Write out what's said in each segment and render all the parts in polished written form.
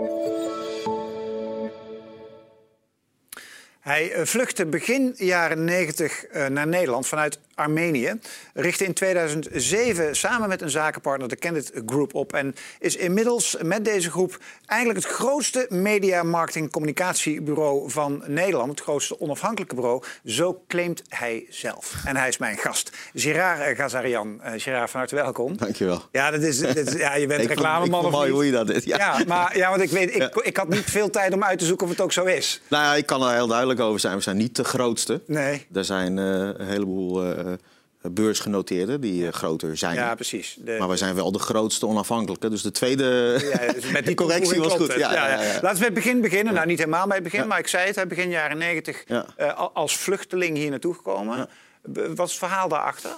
Hij vluchtte begin jaren 90 naar Nederland vanuit Armenië. Richtte in 2007 samen met een zakenpartner de Candid Group op. En is inmiddels met deze groep eigenlijk het grootste media, marketing, communicatiebureau van Nederland. Het grootste onafhankelijke bureau. Zo claimt hij zelf. En hij is mijn gast. Gerard Gazarian. Gerard, van harte welkom. Dankjewel. Ja, je bent reclameman of niet? Mooi hoe je dat deed. Ja, want ik had niet veel tijd om uit te zoeken of het ook zo is. Nou ja, ik kan er heel duidelijk over zijn. We zijn niet de grootste. Nee. Er zijn een heleboel beursgenoteerden die groter zijn. Ja, precies. Maar we zijn wel de grootste onafhankelijke. Dus de tweede dus met die correctie was goed. Ja. Laten we met het begin beginnen. Nou, niet helemaal bij het begin, maar ik zei het. Begin jaren 90 als vluchteling hier naartoe gekomen. Ja. Wat is het verhaal daarachter?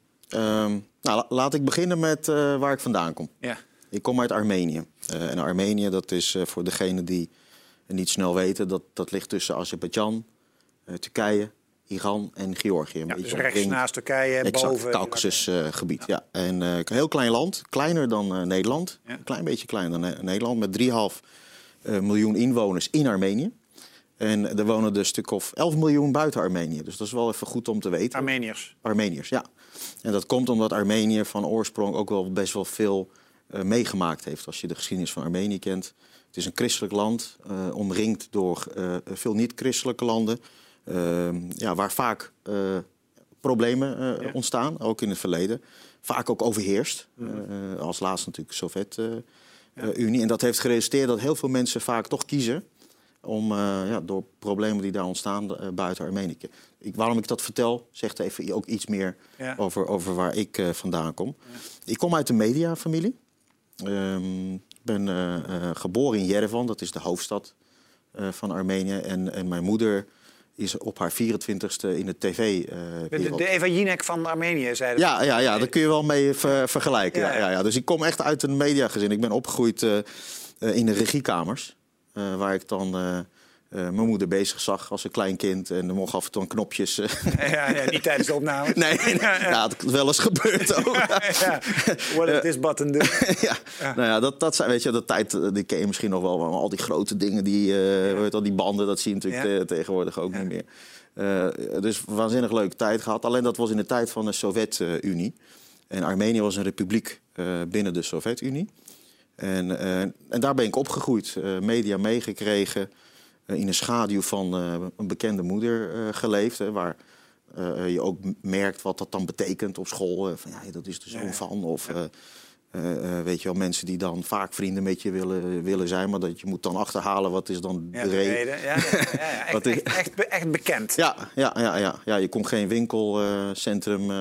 Laat ik beginnen met waar ik vandaan kom. Ja. Ik kom uit Armenië. En Armenië, dat is voor degenen die niet snel weten, dat ligt tussen Azerbeidzjan, Turkije, Iran en Georgië. Ja, dus rechts naast Turkije, exact, boven... Caucasusgebied, ja. En een heel klein land, kleiner dan Nederland. Ja. Een klein beetje kleiner dan Nederland, met 3,5 miljoen inwoners in Armenië. En er wonen er een stuk of 11 miljoen buiten Armenië. Dus dat is wel even goed om te weten. Armeniërs, ja. En dat komt omdat Armenië van oorsprong ook wel best wel veel meegemaakt heeft. Als je de geschiedenis van Armenië kent. Het is een christelijk land, omringd door veel niet-christelijke landen. Waar vaak problemen ontstaan, ook in het verleden. Vaak ook overheerst. Als laatste natuurlijk de Sovjet-Unie. En dat heeft geresulteerd dat heel veel mensen vaak toch kiezen om door problemen die daar ontstaan buiten Armenië. Waarom ik dat vertel, zegt even ook iets meer over waar ik vandaan kom. Ja. Ik kom uit een mediafamilie. Ik ben geboren in Yerevan, dat is de hoofdstad van Armenië. En mijn moeder is op haar 24e in de tv-wereld. De Eva Jinek van Armenië, zei dat. Ja, daar kun je wel mee vergelijken. Ja. Dus ik kom echt uit een mediagezin. Ik ben opgegroeid in de regiekamers. Waar ik dan mijn moeder bezig zag als een klein kind. En er mocht af en toe knopjes... niet tijdens de opname. Nee, dat is wel eens gebeurd ook. What does this button do? Nou ja, dat zijn, weet je, de tijd, die ken je misschien nog wel. Maar al die grote dingen, die banden, dat zie je natuurlijk tegenwoordig ook niet meer. Dus waanzinnig leuke tijd gehad. Alleen dat was in de tijd van de Sovjet-Unie. En Armenië was een republiek binnen de Sovjet-Unie. En daar ben ik opgegroeid, media meegekregen, in de schaduw van een bekende moeder geleefd. Waar je ook merkt wat dat dan betekent op school. Dat is de zoon van. Of weet je wel, mensen die dan vaak vrienden met je willen zijn. Maar dat je moet dan achterhalen wat is dan de reden. Echt bekend. Ja, je kon geen winkelcentrum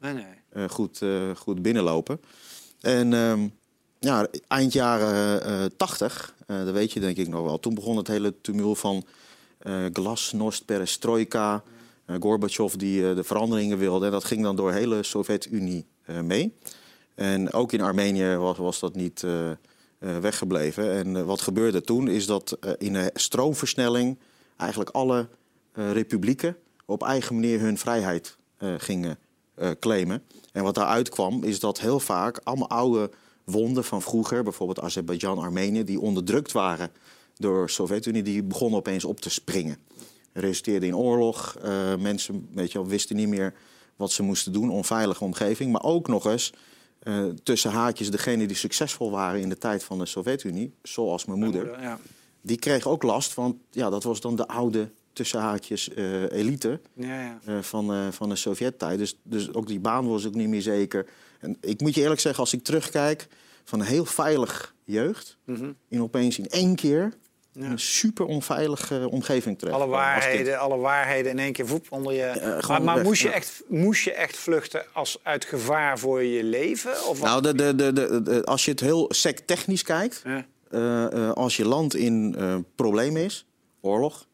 goed binnenlopen. En... eind jaren 80, dat weet je denk ik nog wel. Toen begon het hele tumult van glasnost, perestroika. Gorbachev die de veranderingen wilde. En dat ging dan door de hele Sovjet-Unie mee. En ook in Armenië was dat niet weggebleven. En wat gebeurde toen is dat in een stroomversnelling eigenlijk alle republieken op eigen manier hun vrijheid gingen claimen. En wat daaruit kwam is dat heel vaak allemaal oude wonden van vroeger, bijvoorbeeld Azerbeidzjan, Armenië, die onderdrukt waren door de Sovjet-Unie, die begonnen opeens op te springen. Het resulteerde in oorlog. Mensen wisten niet meer wat ze moesten doen, onveilige omgeving. Maar ook nog eens, tussen haakjes, degenen die succesvol waren in de tijd van de Sovjet-Unie, zoals mijn moeder, die kregen ook last, want dat was dan de oude, tussen haakjes, elite van de Sovjet-tijd. Dus ook die baan was ook niet meer zeker. En ik moet je eerlijk zeggen, als ik terugkijk van een heel veilig jeugd, opeens in één keer een super onveilige omgeving terecht. Alle waarheden in één keer voep onder je. Maar moest je echt vluchten uit gevaar voor je leven? Of als je het heel secttechnisch kijkt, als je land in probleem is, oorlog,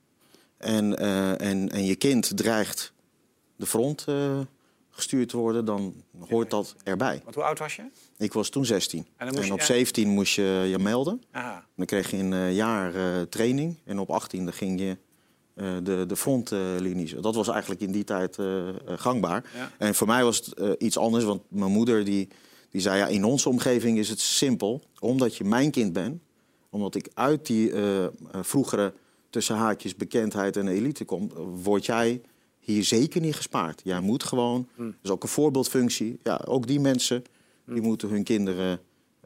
en je kind dreigt de front gestuurd te worden, dan hoort dat erbij. Want hoe oud was je? Ik was toen 16. En op 17 moest je je melden. Aha. Dan kreeg je een jaar training. En op 18 dan ging je de frontlinies. Dat was eigenlijk in die tijd gangbaar. Ja. En voor mij was het iets anders. Want mijn moeder die zei, in onze omgeving is het simpel. Omdat je mijn kind bent, Omdat ik uit die vroegere tussen haakjes bekendheid en elite kom, word jij hier zeker niet gespaard. Jij moet gewoon, dat is ook een voorbeeldfunctie. Ja, ook die mensen, die moeten hun kinderen,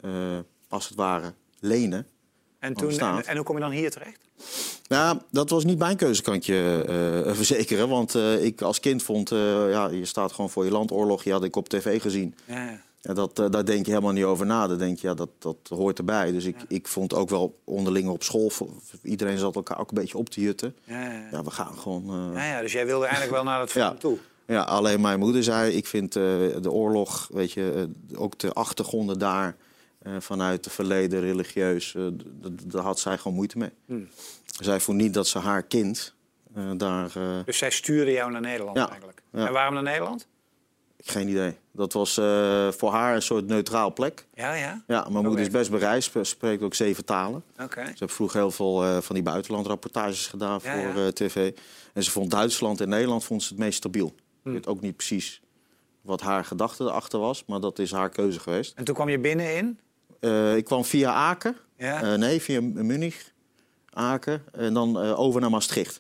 als het ware, lenen. En hoe kom je dan hier terecht? Nou, dat was niet mijn keuze, kan ik je verzekeren. Want ik als kind vond, je staat gewoon voor je land. Oorlog, had ik op tv gezien. Ja. Ja, daar denk je helemaal niet over na. Dan denk je, dat hoort erbij. Dus ik vond ook wel onderling op school, iedereen zat elkaar ook een beetje op te jutten. Ja, we gaan gewoon... Dus jij wilde eigenlijk wel naar het front toe? Ja, alleen mijn moeder zei, ik vind de oorlog, weet je, ook de achtergronden daar... vanuit het verleden, religieus, daar had zij gewoon moeite mee. Zij vond niet dat ze haar kind daar... Dus zij stuurde jou naar Nederland eigenlijk? Ja. En waarom naar Nederland? Geen idee. Dat was voor haar een soort neutraal plek. Ja? Ja, mijn moeder is best bereisd, spreekt ook 7 talen. Okay. Ze heeft vroeger heel veel van die buitenlandrapportages gedaan voor tv. En ze vond Duitsland en Nederland vond ze het meest stabiel. Ik weet ook niet precies wat haar gedachte erachter was, maar dat is haar keuze geweest. En toen kwam je binnenin? Ik kwam via Aken. Ja? Via Munich, Aken. En dan over naar Maastricht.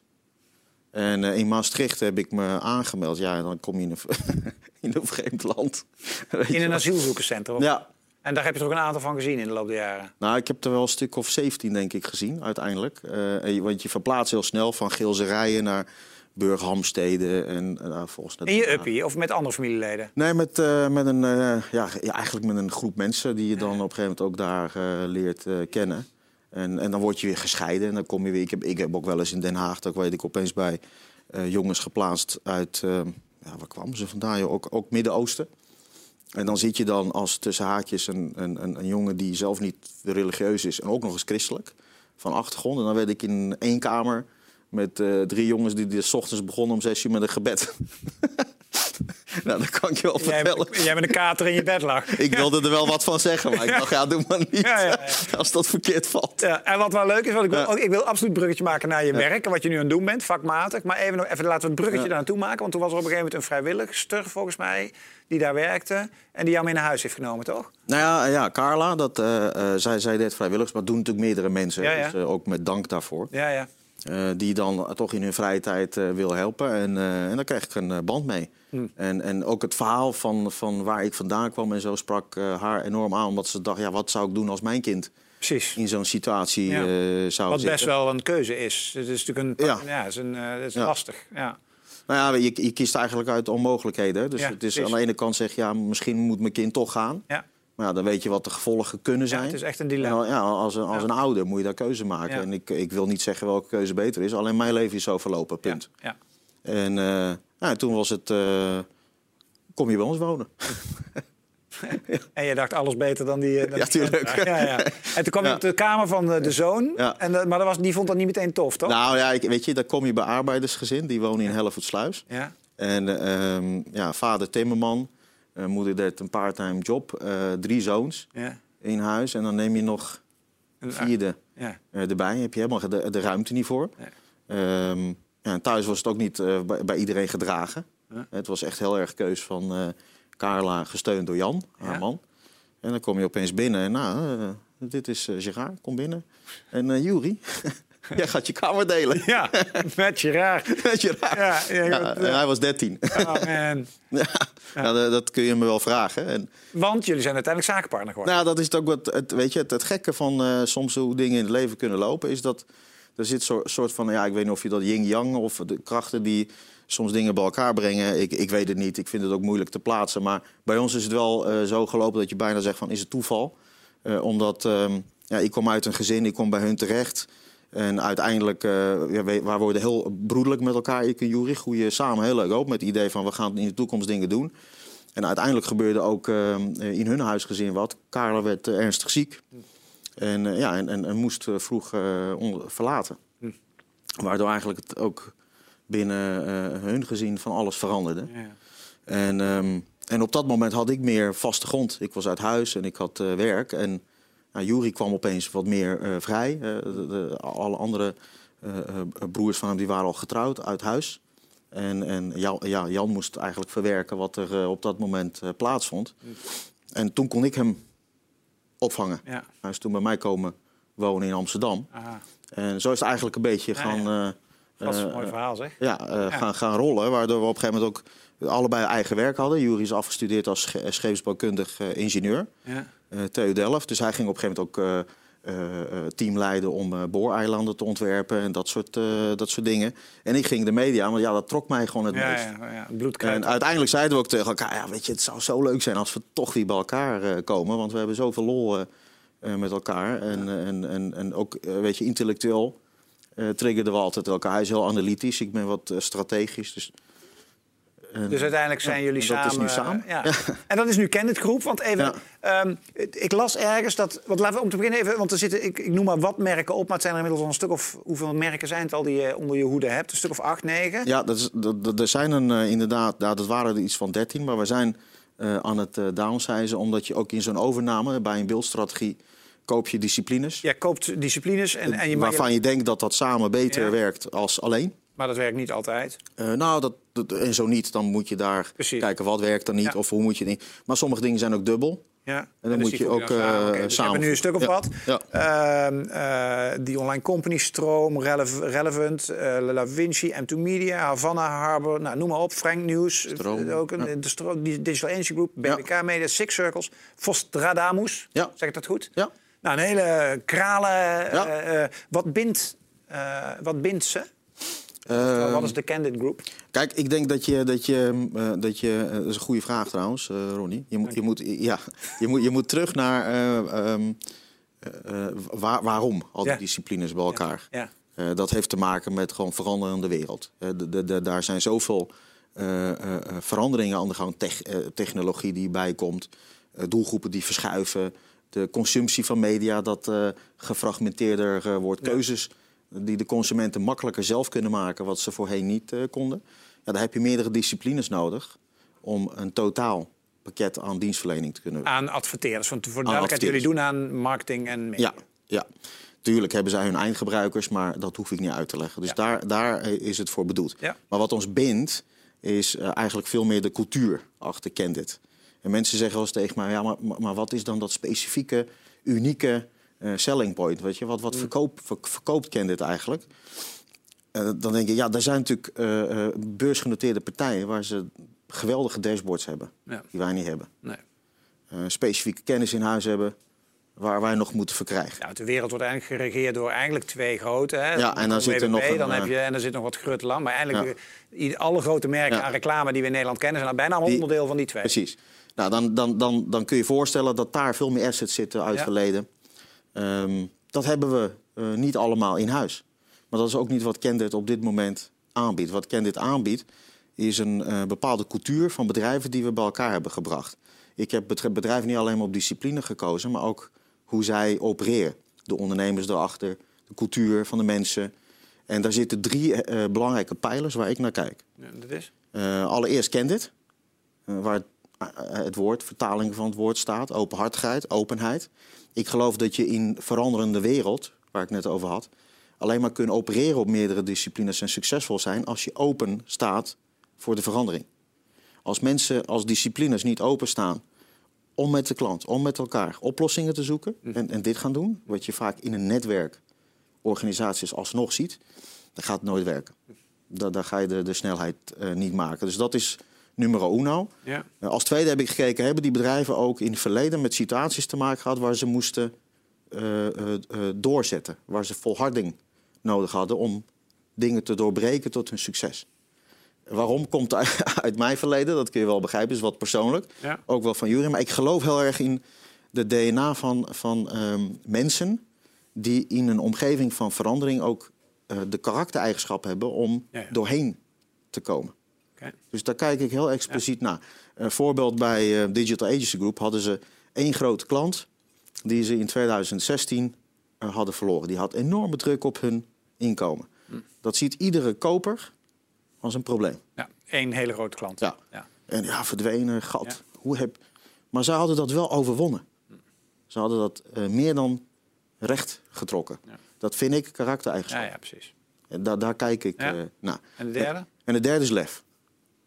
En in Maastricht heb ik me aangemeld. Ja, dan kom je in een vreemd land. In een asielzoekerscentrum? Ja. En daar heb je er ook een aantal van gezien in de loop der jaren? Nou, ik heb er wel een stuk of 17, denk ik, gezien, uiteindelijk. Want je verplaatst heel snel van Geelzerijen naar Burghamstede. En volgens in je uppie of met andere familieleden? Nee, met eigenlijk met een groep mensen die je dan op een gegeven moment ook daar leert kennen. En dan word je weer gescheiden. En dan kom je weer. Ik heb ook wel eens in Den Haag, dat weet ik, opeens bij jongens geplaatst uit... waar kwamen ze vandaan? Ook Midden-Oosten. En dan zit je dan als tussen haakjes een jongen die zelf niet religieus is... en ook nog eens christelijk, van achtergrond. En dan werd ik in 1 kamer met 3 jongens die 's ochtends begonnen om 6 uur met een gebed. Nou, dat kan ik je wel vertellen. Jij met een kater in je bed lag. Ik wilde er wel wat van zeggen, maar ik dacht, doe maar niet. Ja. Als dat verkeerd valt. Ja, en wat wel leuk is, want ik wil absoluut een bruggetje maken naar je werk... en wat je nu aan het doen bent, vakmatig. Maar even laten we het bruggetje daar naartoe maken. Want toen was er op een gegeven moment een vrijwilligster, volgens mij... die daar werkte en die jou mee naar huis heeft genomen, toch? Nou ja, Carla, zij deed vrijwilligers... maar doen natuurlijk meerdere mensen. Ja. Dus ook met dank daarvoor. Ja. Die dan toch in hun vrije tijd wil helpen. En daar kreeg ik een band mee. En ook het verhaal van waar ik vandaan kwam en zo sprak haar enorm aan. Omdat ze dacht, wat zou ik doen als mijn kind in zo'n situatie zou zitten. Wat best wel een keuze is. Het is natuurlijk het is lastig. Ja. Nou ja, je kiest eigenlijk uit onmogelijkheden. Dus het is aan de ene kant zeg je, misschien moet mijn kind toch gaan. Ja. Maar ja, dan weet je wat de gevolgen kunnen zijn. Ja, het is echt een dilemma. En, als een ouder moet je daar keuze maken. Ja. En ik wil niet zeggen welke keuze beter is. Alleen mijn leven is zo verlopen, punt. Ja. En toen was het... kom je bij ons wonen. En je dacht alles beter dan die... ja, tuurlijk. Ja. En toen kwam je op de kamer van de zoon. Ja. Maar die vond dat niet meteen tof, toch? Nou ja, weet je, daar kom je bij arbeidersgezin. Die wonen in Hellevoetsluis. Ja. En vader timmerman. Moeder deed een part-time job. 3 zoons in huis. En dan neem je nog een 4e erbij. Heb je helemaal de ruimte niet voor. Ja. En thuis was het ook niet bij iedereen gedragen. Ja. Het was echt heel erg keus van Carla, gesteund door Jan, haar man. En dan kom je opeens binnen en dit is Gerard, kom binnen. En Juri, jij gaat je kamer delen. Ja, met Gerard. Met Gerard. En hij was 13. Oh man. Dat kun je me wel vragen. Want jullie zijn uiteindelijk zakenpartner geworden. Nou, dat is ook het gekke van soms hoe dingen in het leven kunnen lopen, is dat er zit een soort van, ik weet niet of je dat yin-yang of de krachten die soms dingen bij elkaar brengen. Ik weet het niet, ik vind het ook moeilijk te plaatsen. Maar bij ons is het wel zo gelopen dat je bijna zegt van, is het toeval? Omdat ik kom uit een gezin, ik kom bij hun terecht. En uiteindelijk, we worden heel broederlijk met elkaar. Ik en Juri groeien samen heel leuk op met het idee van, we gaan in de toekomst dingen doen. En uiteindelijk gebeurde ook in hun huisgezin wat. Carla werd ernstig ziek. En moest vroeg verlaten. Waardoor eigenlijk het ook binnen hun gezin van alles veranderde. Ja. En op dat moment had ik meer vaste grond. Ik was uit huis en ik had werk. En Juri kwam opeens wat meer vrij. Alle andere broers van hem die waren al getrouwd uit huis. En Jan moest eigenlijk verwerken wat er op dat moment plaatsvond. En toen kon ik hem opvangen. Ja. Hij is toen bij mij komen wonen in Amsterdam. Aha. En zo is het eigenlijk een beetje Dat is een mooi verhaal, zeg. gaan rollen. Waardoor we op een gegeven moment ook allebei eigen werk hadden. Juri is afgestudeerd als scheepsbouwkundig ingenieur. Ja. TU Delft. Dus hij ging op een gegeven moment ook team leiden om booreilanden te ontwerpen en dat soort dingen. En ik ging de media, want dat trok mij gewoon het meest. Bloedkruid. En uiteindelijk zeiden we ook tegen elkaar, weet je, het zou zo leuk zijn als we toch weer bij elkaar komen. Want we hebben zoveel lol met elkaar. En ook, weet je, intellectueel triggerden we altijd elkaar. Hij is heel analytisch, ik ben wat strategisch. Dus uiteindelijk zijn jullie samen... Dat is nu samen. Ja. En dat is nu Candid Group. Want even, ik las ergens dat... Want laten we om te beginnen even... Want er zitten, ik noem maar wat merken op, maar het zijn er inmiddels al een stuk of... Hoeveel merken zijn het al die je onder je hoede hebt? Een stuk of 8, 9? Ja, er zijn inderdaad... dat waren er iets van 13, maar we zijn aan het downsizen. Omdat je ook in zo'n overname, bij een beeldstrategie... koop je disciplines. Ja, koopt disciplines. Waarvan je denkt dat dat samen beter werkt als alleen. Maar dat werkt niet altijd. En zo niet. Dan moet je daar kijken wat werkt er niet of hoe moet je het. Maar sommige dingen zijn ook dubbel. Ja. En dan moet je ook samen. Dus we hebben nu een stuk of wat. Ja. Die online company Stroom, Relevant, La Vinci, M2 Media, Havana, Harbor, nou, noem maar op. Frank News, ook de Digital Energy Group, BBK Media, Six Circles, Vostradamus. Ja. Zeg ik dat goed? Ja. Nou, een hele kralen. Wat bindt ze? Wat is de Candid Group? Kijk, ik denk dat je dat is een goede vraag trouwens, Ronnie. Je moet terug naar waarom al die disciplines bij elkaar. Ja. Dat heeft te maken met gewoon veranderende wereld. Daar zijn zoveel veranderingen aan de gang, technologie die bijkomt, doelgroepen die verschuiven, de consumptie van media dat gefragmenteerder wordt, keuzes die de consumenten makkelijker zelf kunnen maken, wat ze voorheen niet konden. Ja, daar heb je meerdere disciplines nodig om een totaal pakket aan dienstverlening te kunnen. Aan adverteerders. Want voor de duidelijkheid, jullie doen aan marketing en media. Ja. Tuurlijk hebben zij hun eindgebruikers, maar dat hoef ik niet uit te leggen. Dus daar is het voor bedoeld. Ja. Maar wat ons bindt, is eigenlijk veel meer de cultuur achter Candid. En mensen zeggen wel eens tegen mij, ja, maar wat is dan dat specifieke, unieke selling point, weet je? Wat verkoopt Candid eigenlijk? Dan denk je, er zijn natuurlijk beursgenoteerde partijen waar ze geweldige dashboards hebben, die wij niet hebben. Nee. Specifieke kennis in huis hebben, waar wij nog moeten verkrijgen. Ja, de wereld wordt eigenlijk geregeerd door eigenlijk 2 grote. Hè? Ja, en dan zit er nog en er zit nog wat grutteland. Maar eigenlijk alle grote merken aan reclame die we in Nederland kennen, zijn bijna allemaal onderdeel van die 2. Precies. Nou, dan kun je voorstellen dat daar veel meer assets zitten uit het verleden. Dat hebben we niet allemaal in huis. Maar dat is ook niet wat Candid op dit moment aanbiedt. Wat Candid aanbiedt is een bepaalde cultuur van bedrijven die we bij elkaar hebben gebracht. Ik heb bedrijven niet alleen maar op discipline gekozen, maar ook hoe zij opereren. De ondernemers erachter, de cultuur van de mensen. En daar zitten 3 belangrijke pijlers waar ik naar kijk. Ja, dat is? Allereerst Candid, waar het woord, vertaling van het woord staat. Openhartigheid, openheid. Ik geloof dat je in veranderende wereld, waar ik net over had, alleen maar kunt opereren op meerdere disciplines en succesvol zijn als je open staat voor de verandering. Als mensen als disciplines niet openstaan om met de klant, om met elkaar oplossingen te zoeken en dit gaan doen, wat je vaak in een netwerkorganisaties alsnog ziet, dan gaat het nooit werken. Dan ga je de snelheid niet maken. Dus dat is numero uno. Ja. Als tweede heb ik gekeken, hebben die bedrijven ook in het verleden met situaties te maken gehad waar ze moesten doorzetten. Waar ze volharding nodig hadden om dingen te doorbreken tot hun succes. Waarom? Komt uit mijn verleden, dat kun je wel begrijpen, is wat persoonlijk. Ja. Ook wel van Juri. Maar ik geloof heel erg in de DNA van mensen die in een omgeving van verandering ook de karaktereigenschap hebben om doorheen te komen. Okay. Dus daar kijk ik heel expliciet naar. Een voorbeeld bij Digital Agency Group hadden ze 1 grote klant die ze in 2016 hadden verloren. Die had enorme druk op hun inkomen. Dat ziet iedere koper als een probleem. Ja, 1 hele grote klant. Ja. En verdwenen, gat. Ja. Maar zij hadden dat wel overwonnen. Ze hadden dat meer dan recht getrokken. Ja. Dat vind ik karaktereigenschap. Ja, precies. En daar kijk ik naar. En de derde? En de derde is lef.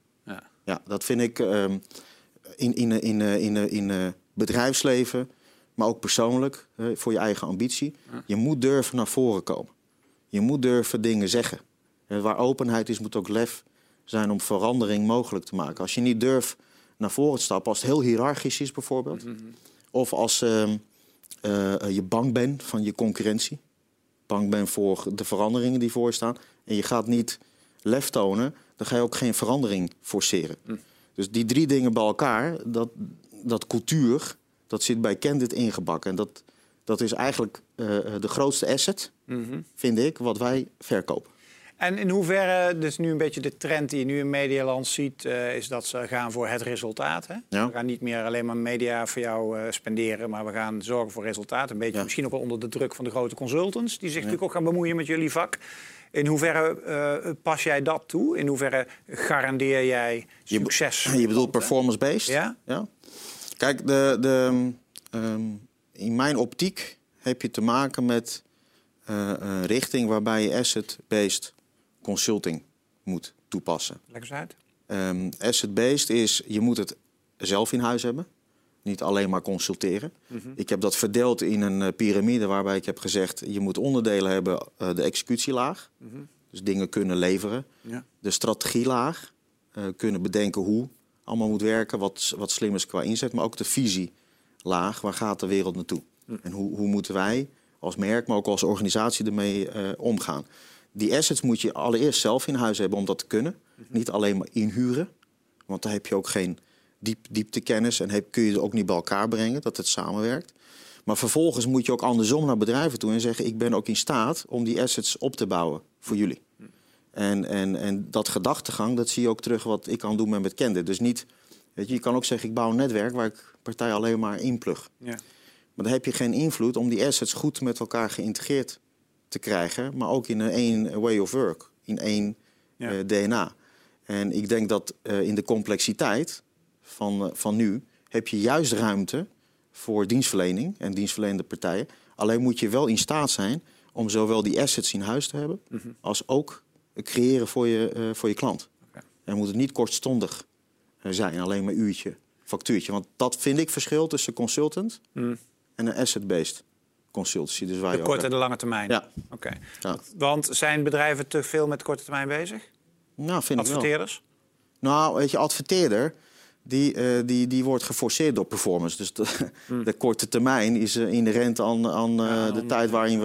Ja, dat vind ik in bedrijfsleven maar ook persoonlijk, voor je eigen ambitie. Je moet durven naar voren komen. Je moet durven dingen zeggen. Waar openheid is, moet ook lef zijn om verandering mogelijk te maken. Als je niet durft naar voren te stappen, als het heel hiërarchisch is bijvoorbeeld... of als je bang bent van je concurrentie... bang bent voor de veranderingen die voor je staan... en je gaat niet lef tonen, dan ga je ook geen verandering forceren. Dus die 3 dingen bij elkaar, dat cultuur... dat zit bij Candid ingebakken. En dat is eigenlijk de grootste asset, vind ik, wat wij verkopen. En in hoeverre, dus nu een beetje de trend die je nu in Medialand ziet... is dat ze gaan voor het resultaat. Hè? Ja. We gaan niet meer alleen maar media voor jou spenderen... maar we gaan zorgen voor resultaat. Een beetje misschien ook wel onder de druk van de grote consultants... die zich natuurlijk ook gaan bemoeien met jullie vak. In hoeverre pas jij dat toe? In hoeverre garandeer jij succes? Je bedoelt performance-based? Ja. Kijk, in mijn optiek heb je te maken met een richting... waarbij je asset-based consulting moet toepassen. Leg eens uit. Asset-based is, je moet het zelf in huis hebben. Niet alleen maar consulteren. Ik heb dat verdeeld in een piramide waarbij ik heb gezegd... je moet onderdelen hebben, de executielaag. Dus dingen kunnen leveren. Ja. De strategielaag. Kunnen bedenken hoe allemaal moet werken. Wat slim is qua inzet. Maar ook de visielaag. Waar gaat de wereld naartoe? En hoe moeten wij als merk, maar ook als organisatie ermee omgaan? Die assets moet je allereerst zelf in huis hebben om dat te kunnen. Niet alleen maar inhuren. Want daar heb je ook geen dieptekennis en kun je het ook niet bij elkaar brengen, dat het samenwerkt. Maar vervolgens moet je ook andersom naar bedrijven toe en zeggen... ik ben ook in staat om die assets op te bouwen voor jullie. En dat gedachtegang, dat zie je ook terug wat ik kan doen met Candid. Dus niet, weet je kan ook zeggen, ik bouw een netwerk waar ik partijen alleen maar inplug. Ja. Maar dan heb je geen invloed om die assets goed met elkaar geïntegreerd te krijgen... maar ook in één way of work, in één DNA. En ik denk dat in de complexiteit van nu heb je juist ruimte voor dienstverlening en dienstverlenende partijen. Alleen moet je wel in staat zijn om zowel die assets in huis te hebben... als ook creëren voor je klant. Okay. En moet het niet kortstondig zijn, alleen maar uurtje, factuurtje. Want dat vind ik verschil tussen consultant en een asset-based consultancy. Dus waar de korte en de lange termijn? Ja. Okay. Ja. Want zijn bedrijven te veel met korte termijn bezig? Nou, vind adverteerders? Ik wel. Nou, weet je, adverteerder... Die wordt geforceerd door performance. Dus de korte termijn is inherent aan de tijd waarin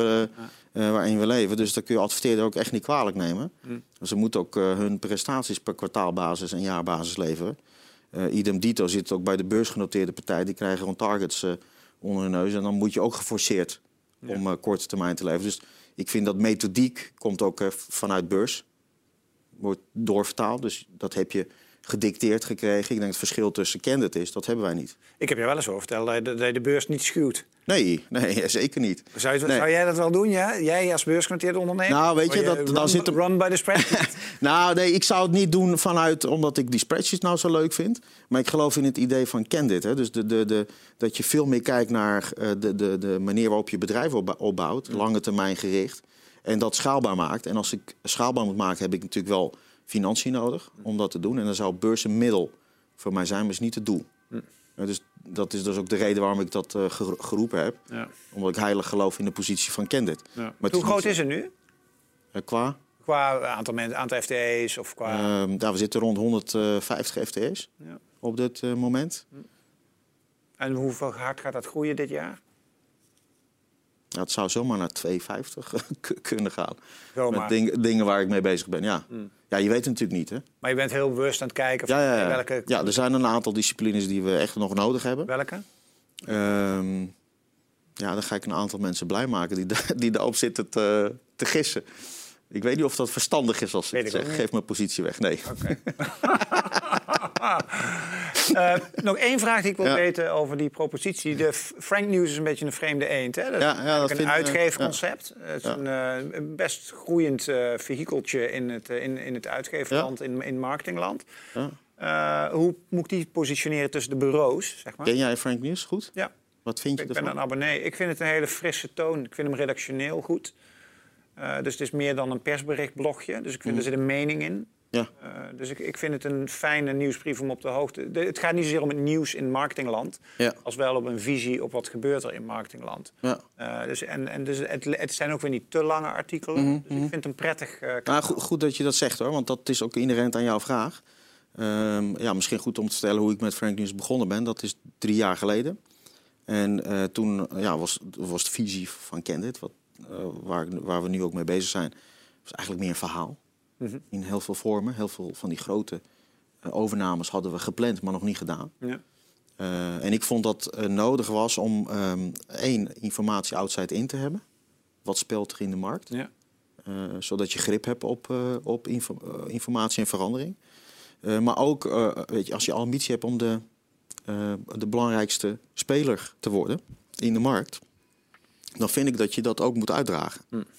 we leven. Dus daar kun je adverteerder ook echt niet kwalijk nemen. Ze moeten ook hun prestaties per kwartaalbasis en jaarbasis leveren. Idem dito zit ook bij de beursgenoteerde partij. Die krijgen gewoon targets onder hun neus. En dan moet je ook geforceerd om korte termijn te leveren. Dus ik vind dat methodiek komt ook vanuit beurs. Wordt doorvertaald. Dus dat heb je gedicteerd gekregen. Ik denk het verschil tussen Candid is, dat hebben wij niet. Ik heb je wel eens over verteld dat je de beurs niet schuwt. Nee, zeker niet. Zou jij dat wel doen, ja? Jij als beursgenoteerde ondernemer? Nou, weet je, dan zit er... Run by the spreadsheet? Nou, nee, ik zou het niet doen omdat ik die spreadsheets nou zo leuk vind. Maar ik geloof in het idee van Candid. Hè? Dus dat je veel meer kijkt naar de manier waarop je bedrijf opbouwt. Lange termijn gericht. En dat schaalbaar maakt. En als ik schaalbaar moet maken, heb ik natuurlijk wel financiën nodig om dat te doen. En dan zou beurs een middel voor mij zijn, maar is niet het doel. Dus dat is dus ook de reden waarom ik dat geroepen heb. Ja. Omdat ik heilig geloof in de positie van Candid. Ja. Hoe groot is het nu? Qua aantal FTE's of qua... we zitten rond 150 FTE's op dit moment. En hoe hard gaat dat groeien dit jaar? Ja, het zou zomaar naar 250 kunnen gaan. Zomaar. Met dingen waar ik mee bezig ben, ja. Ja, je weet het natuurlijk niet, hè. Maar je bent heel bewust aan het kijken van welke... Ja, er zijn een aantal disciplines die we echt nog nodig hebben. Welke? Dan ga ik een aantal mensen blij maken die daarop zitten te gissen. Ik weet niet of dat verstandig is als ik zeg. Geef mijn positie weg. Nee. Okay. Nog één vraag die ik wil weten over die propositie. De Frank News is een beetje een vreemde eend. Hè? Dat is een uitgeefconcept. Het is een best groeiend vehikeltje in het uitgeverland, in marketingland. Ja. Hoe moet ik die positioneren tussen de bureaus? Zeg maar? Ken jij Frank News goed? Ja. Wat vind je ervan? Ik ben een abonnee. Ik vind het een hele frisse toon. Ik vind hem redactioneel goed. Dus het is meer dan een persberichtblogje. Dus ik vind er zit een mening in. Ja. Dus ik vind het een fijne nieuwsbrief om op de hoogte... Het gaat niet zozeer om het nieuws in marketingland... als wel op een visie op wat gebeurt er in marketingland. Ja. Dus het zijn ook weer niet te lange artikelen. Dus ik vind het een prettig kanaal. Goed dat je dat zegt, hoor, want dat is ook inherent aan jouw vraag. Misschien goed om te stellen hoe ik met Frank News begonnen ben. Dat is 3 jaar geleden. En toen was de visie van Candid, waar we nu ook mee bezig zijn... was eigenlijk meer een verhaal. In heel veel vormen. Heel veel van die grote overnames hadden we gepland, maar nog niet gedaan. Ja. En ik vond dat nodig was om informatie outside in te hebben. Wat speelt er in de markt? Ja. Zodat je grip hebt op informatie en verandering. Maar ook, als je ambitie hebt om de belangrijkste speler te worden in de markt... dan vind ik dat je dat ook moet uitdragen.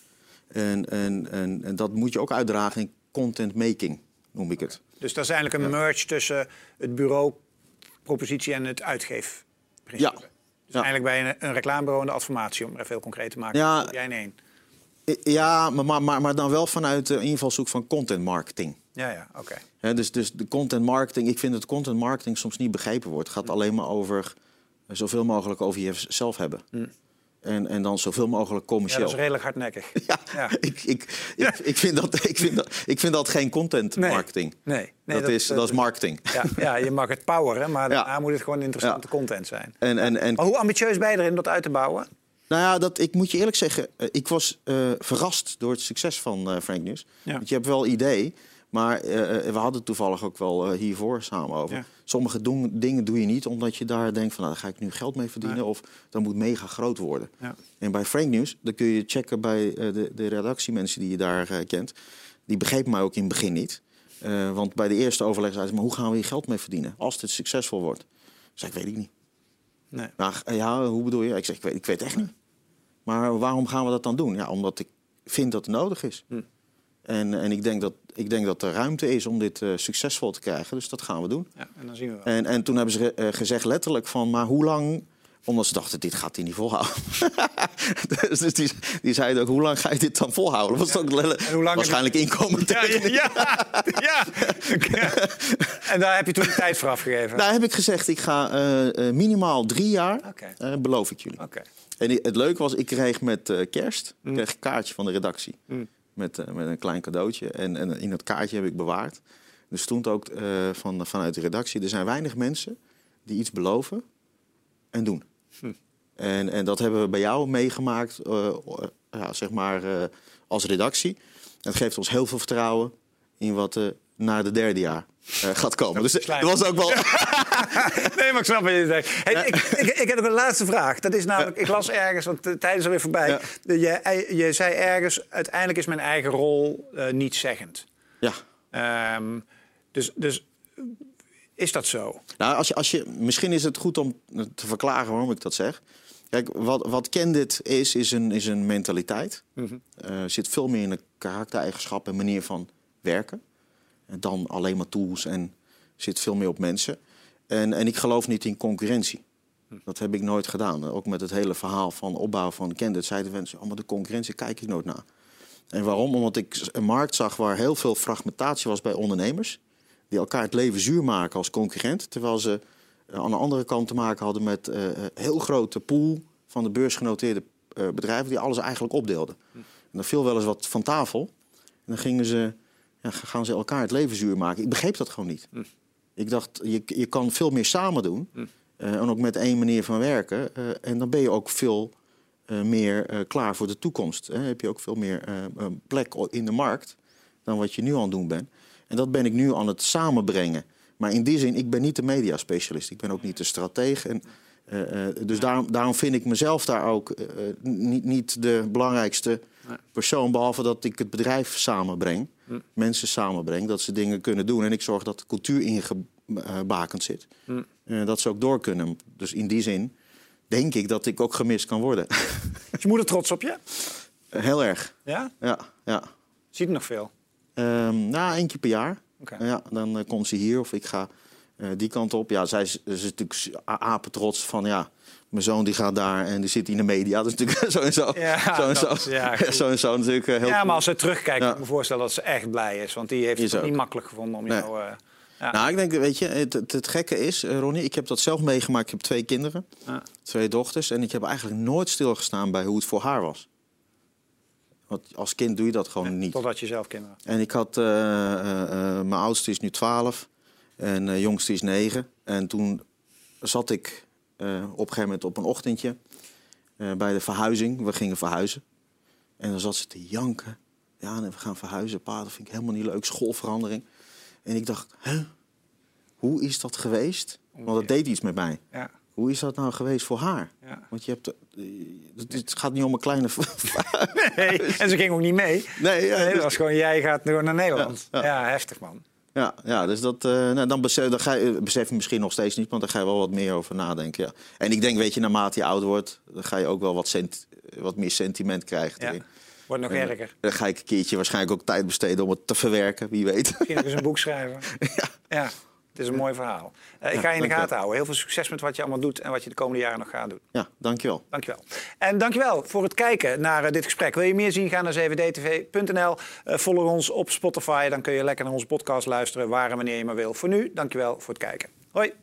En dat moet je ook uitdragen in content making, noem ik het. Dus dat is eigenlijk een merge tussen het bureaupropositie en het uitgeefprincipe. Ja. Dus eigenlijk bij een reclamebureau en de adformatie, om er veel concreet te maken. Ja, jij in één. Ja, maar dan wel vanuit de invalshoek van content marketing. Ja, oké. Dus de content marketing, ik vind dat content marketing soms niet begrepen wordt. Het gaat alleen maar over zoveel mogelijk over jezelf hebben. En dan zoveel mogelijk commercieel. Ja, dat is redelijk hardnekkig. Ja. Ik vind dat geen content marketing. Nee, dat is marketing. Ja, je mag het poweren, maar daarna moet het gewoon interessante content zijn. Maar hoe ambitieus ben je erin dat uit te bouwen? Nou ja, ik moet je eerlijk zeggen, ik was verrast door het succes van Frank News. Ja. Want je hebt wel idee, maar we hadden het toevallig ook wel hiervoor samen over. Ja. Sommige dingen doe je niet omdat je daar denkt van, daar ga ik nu geld mee verdienen of dat moet mega groot worden. Ja. En bij Frank News, dan kun je checken bij de redactiemensen die je daar kent. Die begrepen mij ook in het begin niet. Want bij de eerste overleg zei ze, maar hoe gaan we hier geld mee verdienen als dit succesvol wordt? Zei ik, weet ik niet. Nee. Nou, hoe bedoel je? Ik zeg, ik weet echt niet. Maar waarom gaan we dat dan doen? Ja, omdat ik vind dat het nodig is. En ik denk dat er ruimte is om dit succesvol te krijgen. Dus dat gaan we doen. Ja, en dan zien we wel. En toen hebben ze gezegd letterlijk van, maar hoe lang... Omdat ze dachten, dit gaat hij niet volhouden. Dus die zeiden ook, hoe lang ga je dit dan volhouden? Dat was ook waarschijnlijk inkomen. Ja. En daar heb je toen de tijd voor afgegeven? Daar heb ik gezegd, ik ga minimaal 3 jaar, beloof ik jullie. Okay. En het leuke was, ik kreeg met kerst kreeg een kaartje van de redactie. Met een klein cadeautje. En in dat kaartje heb ik bewaard. Er stond ook vanuit de redactie, er zijn weinig mensen die iets beloven en doen. En dat hebben we bij jou meegemaakt, als redactie. Het geeft ons heel veel vertrouwen in wat naar de 3e jaar gaat komen. Dus dat was ook wel... Nee, maar ik snap wat je zegt. Hey, ik heb nog een laatste vraag. Dat is namelijk, ik las ergens, want de tijd is alweer voorbij. Ja. Je zei ergens, uiteindelijk is mijn eigen rol niet zeggend. Ja. Dus is dat zo? Nou, misschien is het goed om te verklaren waarom ik dat zeg. Kijk, wat Candid is een mentaliteit. Zit veel meer in de karaktereigenschappen en manier van werken. Dan alleen maar tools en zit veel meer op mensen. En ik geloof niet in concurrentie. Dat heb ik nooit gedaan. Ook met het hele verhaal van opbouw van Candid zeiden mensen, maar de concurrentie kijk ik nooit naar. En waarom? Omdat ik een markt zag waar heel veel fragmentatie was bij ondernemers. Die elkaar het leven zuur maken als concurrent. Terwijl ze aan de andere kant te maken hadden met heel grote pool van de beursgenoteerde bedrijven die alles eigenlijk opdeelden. En dan viel wel eens wat van tafel. En dan gaan ze elkaar het leven zuur maken. Ik begreep dat gewoon niet. Ik dacht, je kan veel meer samen doen. En ook met één manier van werken. En dan ben je ook veel meer klaar voor de toekomst. Heb je ook veel meer plek in de markt dan wat je nu aan het doen bent. En dat ben ik nu aan het samenbrengen. Maar in die zin, ik ben niet de mediaspecialist. Ik ben ook niet de strateeg. Dus daarom vind ik mezelf daar ook niet de belangrijkste persoon. Behalve dat ik het bedrijf samenbreng. Mensen samenbreng. Dat ze dingen kunnen doen. En ik zorg dat de cultuur ingebakend zit. Dat ze ook door kunnen. Dus in die zin denk ik dat ik ook gemist kan worden. Is je moeder trots op je? Heel erg. Ja? Ja. Zie je nog veel? 1 keer per jaar. Okay. Dan komt ze hier of ik ga die kant op. Ja, zij is natuurlijk apetrots van Mijn zoon die gaat daar en die zit in de media. Dat is natuurlijk zo en zo natuurlijk heel maar als ze terugkijkt, kan ik me voorstellen dat ze echt blij is. Want die heeft het niet makkelijk gevonden om jou... Nou, ik denk, weet je, het gekke is, Ronnie, ik heb dat zelf meegemaakt. Ik heb 2 kinderen, 2 dochters. En ik heb eigenlijk nooit stilgestaan bij hoe het voor haar was. Want als kind doe je dat gewoon niet. Totdat je zelf kinderen had. En ik had, mijn oudste is nu 12 en de jongste is 9. En toen zat ik op een gegeven moment op een ochtendje bij de verhuizing. We gingen verhuizen. En dan zat ze te janken. Ja, we gaan verhuizen, pa, dat vind ik helemaal niet leuk. Schoolverandering. En ik dacht, hoe is dat geweest? Want dat deed iets met mij. Ja. Hoe is dat nou geweest voor haar? Ja. Want je hebt, het gaat niet om een kleine... Nee, en ze ging ook niet mee. Nee, dat was gewoon, jij gaat door naar Nederland. Ja, heftig, man. Ja, dus dat, dan besef je misschien nog steeds niet, want daar ga je wel wat meer over nadenken. Ja. En ik denk, weet je, naarmate je ouder wordt, dan ga je ook wel wat meer sentiment krijgen. Ja. Wordt nog erger. Dan ga ik een keertje waarschijnlijk ook tijd besteden om het te verwerken, wie weet. Misschien ook eens een boek schrijven. Ja. Het is een mooi verhaal. Ik ga je in de gaten houden. Heel veel succes met wat je allemaal doet en wat je de komende jaren nog gaat doen. Ja, dankjewel. Dankjewel. En dankjewel voor het kijken naar dit gesprek. Wil je meer zien? Ga naar 7dtv.nl. Volg ons op Spotify. Dan kun je lekker naar onze podcast luisteren waar en wanneer je maar wil. Voor nu, dankjewel voor het kijken. Hoi.